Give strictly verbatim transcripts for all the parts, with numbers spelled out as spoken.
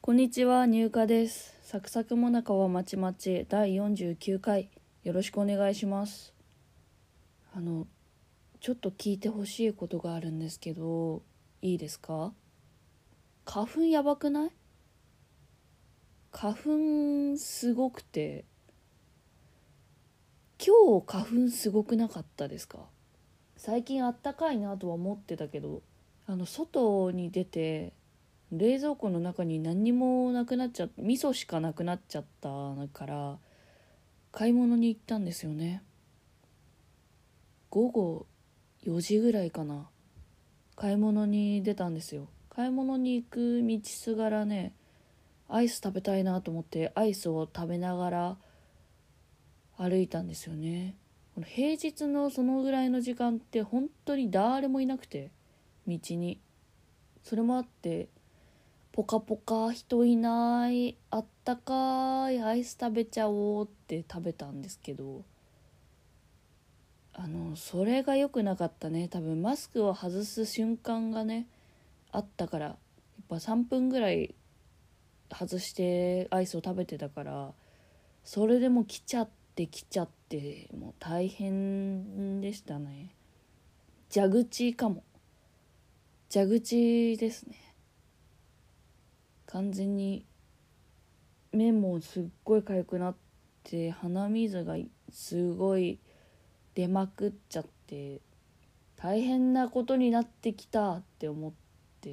こんにちは、入荷です。サクサクもなかはまちまちだいよんじゅうきゅうかい、よろしくお願いします。あのちょっと聞いてほしいことがあるんですけど、いいですか？花粉やばくない？花粉すごくて、今日花粉すごくなかったですか？最近あったかいなとは思ってたけど、あの外に出て冷蔵庫の中に何にもなくなっちゃって、味噌しかなくなっちゃったから買い物に行ったんですよね。午後よじぐらいかな、買い物に出たんですよ。買い物に行く道すがらね、アイス食べたいなと思ってアイスを食べながら歩いたんですよね。この平日のそのぐらいの時間って本当に誰もいなくて、道に。それもあってポカポカ人いない、あったかいアイス食べちゃおうって食べたんですけど、あのそれが良くなかったね。多分マスクを外す瞬間がねあったから、やっぱさんぷんぐらい外してアイスを食べてたから、それでも来ちゃって来ちゃってもう大変でしたね。蛇口かも。蛇口ですね。完全に目もすっごい痒くなって、鼻水がすごい出まくっちゃって、大変なことになってきたって思って、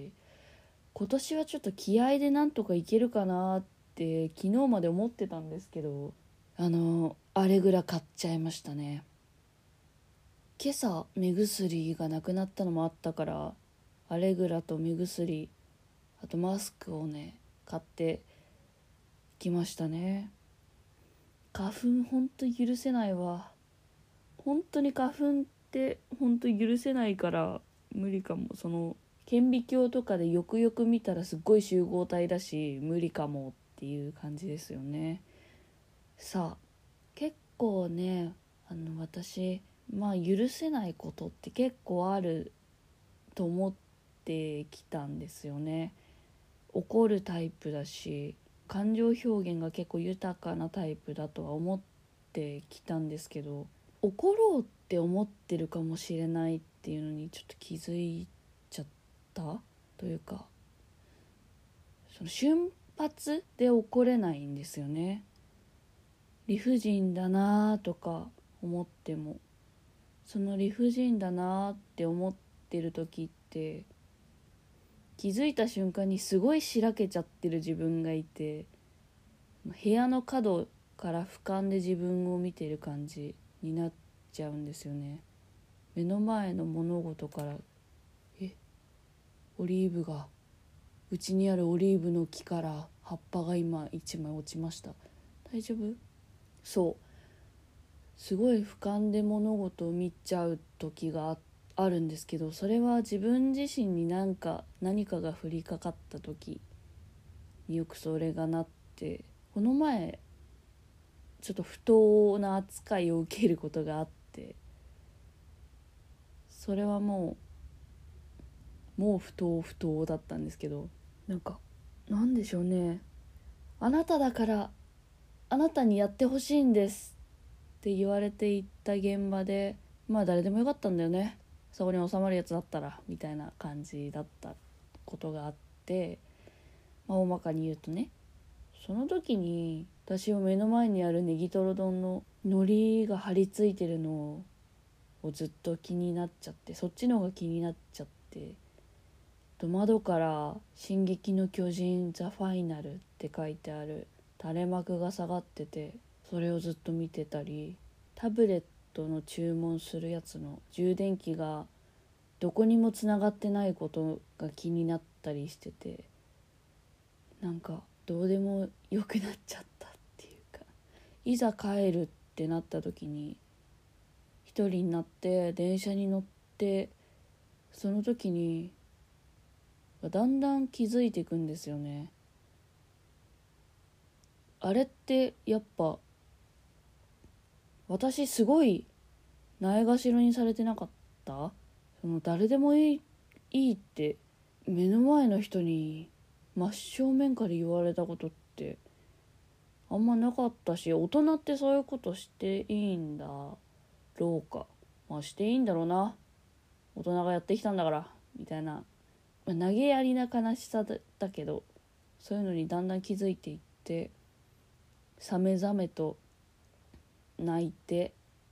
今年はちょっと気合でなんとかいけるかなって昨日まで思ってたんですけど、あのアレグラ買っちゃいましたね。今朝目薬がなくなったのもあったから、アレグラと目薬、あとマスクをね買ってきましたね。花粉ほんと許せないわ。本当に花粉って本当許せないから無理かも。その顕微鏡とかでよくよく見たらすっごい集合体だし、無理かもっていう感じですよね。さあ、結構ね、あの私まあ許せないことって結構あると思ってきたんですよね。怒るタイプだし、感情表現が結構豊かなタイプだとは思ってきたんですけど、怒ろうって思ってるかもしれないっていうのにちょっと気づいちゃったというか、その瞬発で怒れないんですよね。理不尽だなとか思っても、その理不尽だなって思ってる時って気づいた瞬間にすごいしらけちゃってる自分がいて、部屋の角から俯瞰で自分を見てる感じになっちゃうんですよね。目の前の物事から、えオリーブが、うちにあるオリーブの木から葉っぱが今一枚落ちました、大丈夫？そうすごい俯瞰で物事を見ちゃう時が あ, あるんですけど、それは自分自身に何か何かが降りかかった時によくそれがなって、この前ちょっと不当な扱いを受けることがあって、それはもうもう不当不当だったんですけど、なんかなんでしょうね、あなただからあなたにやってほしいんですって言われていった現場で、まあ誰でもよかったんだよね、そこに収まるやつだったらみたいな感じだったことがあって、まあ大まかに言うとね、その時に私は目の前にあるネギトロ丼の海苔が張り付いてるのをずっと気になっちゃって、そっちの方が気になっちゃって、と窓から進撃の巨人ザファイナルって書いてある垂れ幕が下がってて、それをずっと見てたり、タブレットの注文するやつの充電器がどこにもつながってないことが気になったりしてて、なんかどうでもよくなっちゃったっていうか、いざ帰るってなった時に一人になって電車に乗って、その時にだんだん気づいていくんですよね。あれってやっぱ私すごいないがしろにされてなかった？その誰でもいい、いいって目の前の人に真正面から言われたことってあんまなかったし、大人ってそういうことしていいんだろうか、まあしていいんだろうな、大人がやってきたんだからみたいな、まあ、投げやりな悲しさだったけど、そういうのにだんだん気づいていって、さめざめと泣いて、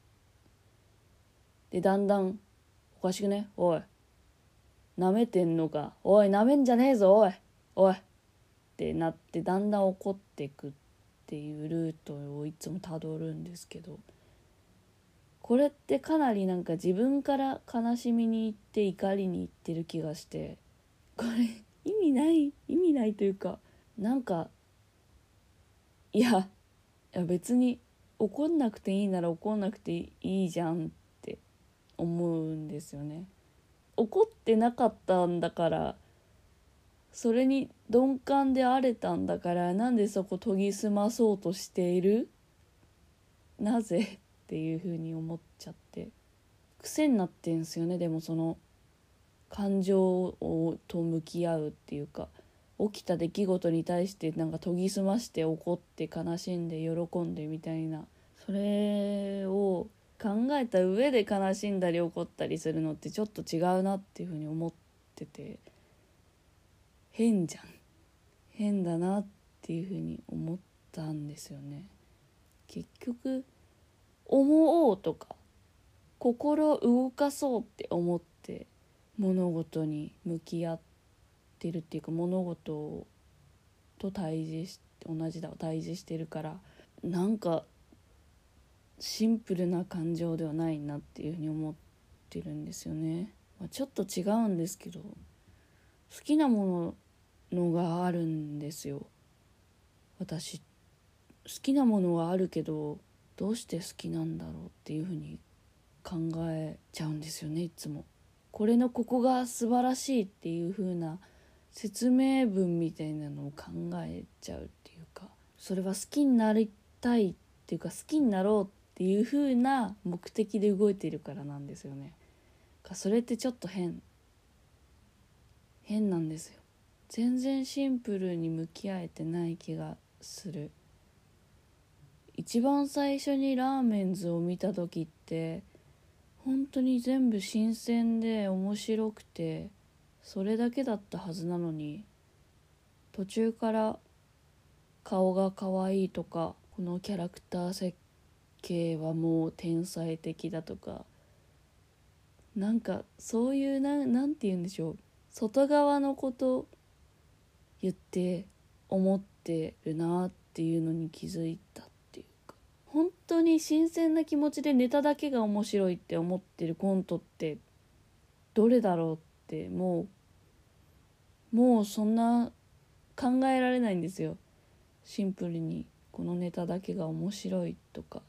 でだんだんおかしくね、おいなめてんのか、おいなめんじゃねえぞ、おいおいってなって、だんだん怒ってくっていうルートをいつもたどるんですけど、これってかなりなんか自分から悲しみに行って怒りに行ってる気がして、これ意味ない意味ないというか、なんかいやいや別に怒んなくていいなら怒んなくていいじゃんって思うんですよね。怒ってなかったんだから、それに鈍感であれたんだから、なんでそこ研ぎ澄まそうとしている、なぜっていう風に思っちゃって、癖になってんすよね。でもその感情をと向き合うっていうか、起きた出来事に対してなんか研ぎ澄まして怒って悲しんで喜んでみたいな、それを考えた上で悲しんだり怒ったりするのってちょっと違うなっていうふうに思ってて、変じゃん変だなっていうふうに思ったんですよね。結局思おうとか心動かそうって思って物事に向き合ってるっていうか、物事と対峙し同じだ対峙してるから、なんかシンプルな感情ではないなっていうふうに思ってるんですよね。まあ、ちょっと違うんですけど、好きなものがあるんですよ。私好きなものはあるけど、どうして好きなんだろうっていうふうに考えちゃうんですよね、いつも。これのここが素晴らしいっていう風な説明文みたいなのを考えちゃうっていうか、それは好きになりたいっていうか好きになろうっていう風な目的で動いているからなんですよね。それってちょっと変変なんですよ。全然シンプルに向き合えてない気がする。一番最初にラーメンズを見た時って本当に全部新鮮で面白くて、それだけだったはずなのに、途中から顔が可愛いとか、このキャラクター設計はもう天才的だとか、なんかそういうな、なんて言うんでしょう、外側のこと言って思ってるなっていうのに気づいたっていうか、本当に新鮮な気持ちでネタだけが面白いって思ってるコントってどれだろうって、もうもうそんな考えられないんですよ。シンプルにこのネタだけが面白いとかって、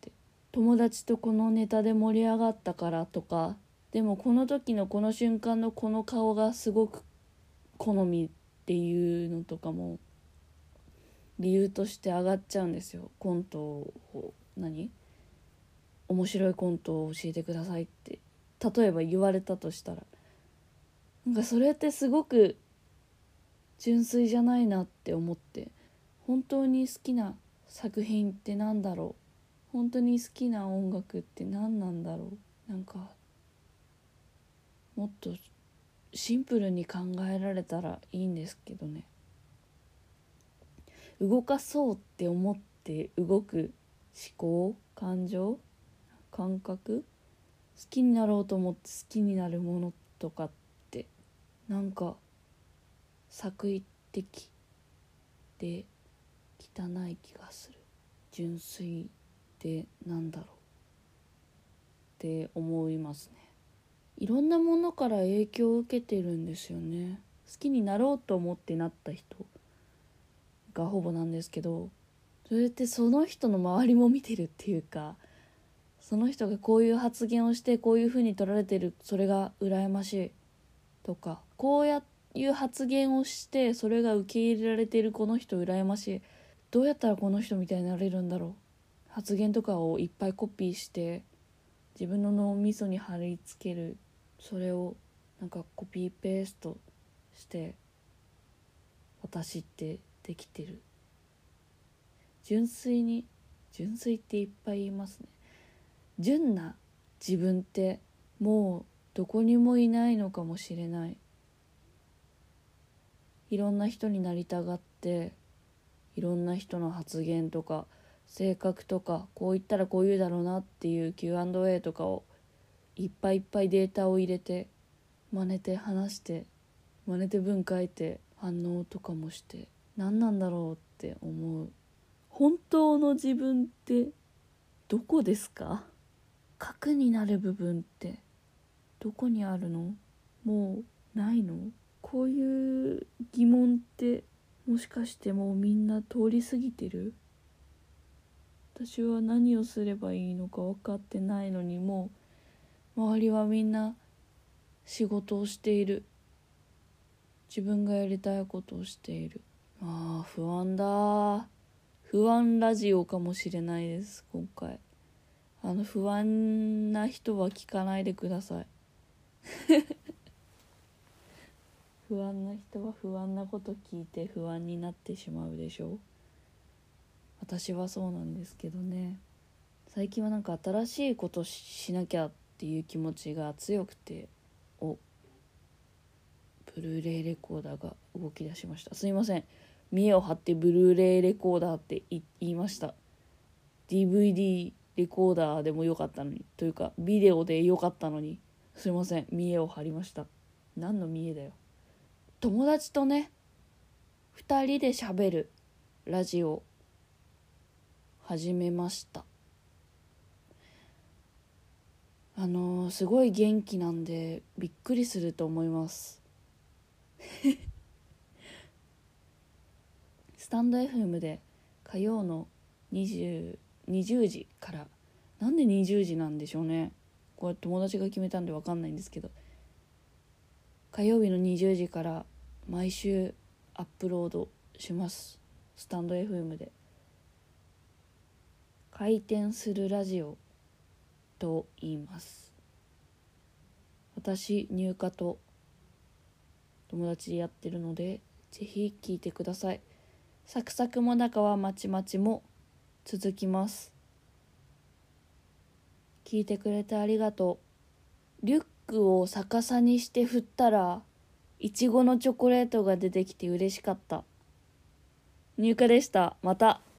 友達とこのネタで盛り上がったからとか、でもこの時のこの瞬間のこの顔がすごく好みっていうのとかも理由として上がっちゃうんですよ。コントを何面白いコントを教えてくださいって例えば言われたとしたら、なんかそれってすごく純粋じゃないなって思って、本当に好きな作品ってなんだろう、本当に好きな音楽って何なんだろう、なんかもっとシンプルに考えられたらいいんですけどね。動かそうって思って動く思考、感情、感覚、好きになろうと思って好きになるものとかってなんか作為的で汚い気がする。純粋でなんだろうって思いますね。いろんなものから影響を受けてるんですよね。好きになろうと思ってなった人がほぼなんですけど、それってその人の周りも見てるっていうか、その人がこういう発言をしてこういう風に取られてる、それが羨ましいとか、こういう発言をしてそれが受け入れられているこの人羨ましい、どうやったらこの人みたいになれるんだろう、発言とかをいっぱいコピーして自分の脳みそに貼り付ける、それをなんかコピーペーストして私ってできてる。純粋に、純粋っていっぱい言いますね。純な自分ってもうどこにもいないのかもしれない。いろんな人になりたがって、いろんな人の発言とか性格とか、こう言ったらこう言うだろうなっていう キューアンドエー とかをいっぱいいっぱいデータを入れて、真似て話して、真似て文書いて反応とかもして、何なんだろうって思う。本当の自分ってどこですか？核になる部分ってどこにあるの？もうないの？こういう疑問ってもしかしてもうみんな通り過ぎてる？私は何をすればいいのか分かってないのに、もう周りはみんな仕事をしている。自分がやりたいことをしている。ああ、不安だ。不安ラジオかもしれないです、今回。あの不安な人は聞かないでください。不安な人は不安なこと聞いて不安になってしまうでしょう。私はそうなんですけどね。最近はなんか新しいことしなきゃっていう気持ちが強くて、おブルーレイレコーダーが動き出しました。すいません、見栄を張ってブルーレイレコーダーって言いました。 ディーブイディー レコーダーでもよかったのに、というかビデオでよかったのに、すいません、見栄を張りました。何の見栄だよ。友達とね、ふたりで喋るラジオ始めました。あのー、すごい元気なんでびっくりすると思いますスタンド エフエム で火曜のにじゅう、にじゅうじから、なんでにじゅうじなんでしょうね。これ友達が決めたんで分かんないんですけど、火曜日のにじゅうじから毎週アップロードします。スタンド エフエム で回転するラジオと言います。私入荷と友達でやってるので、ぜひ聞いてください。サクサクも中はまちまちも続きます。聞いてくれてありがとう。リュックを逆さにして振ったらいちごのチョコレートが出てきて嬉しかった。入荷でした。また。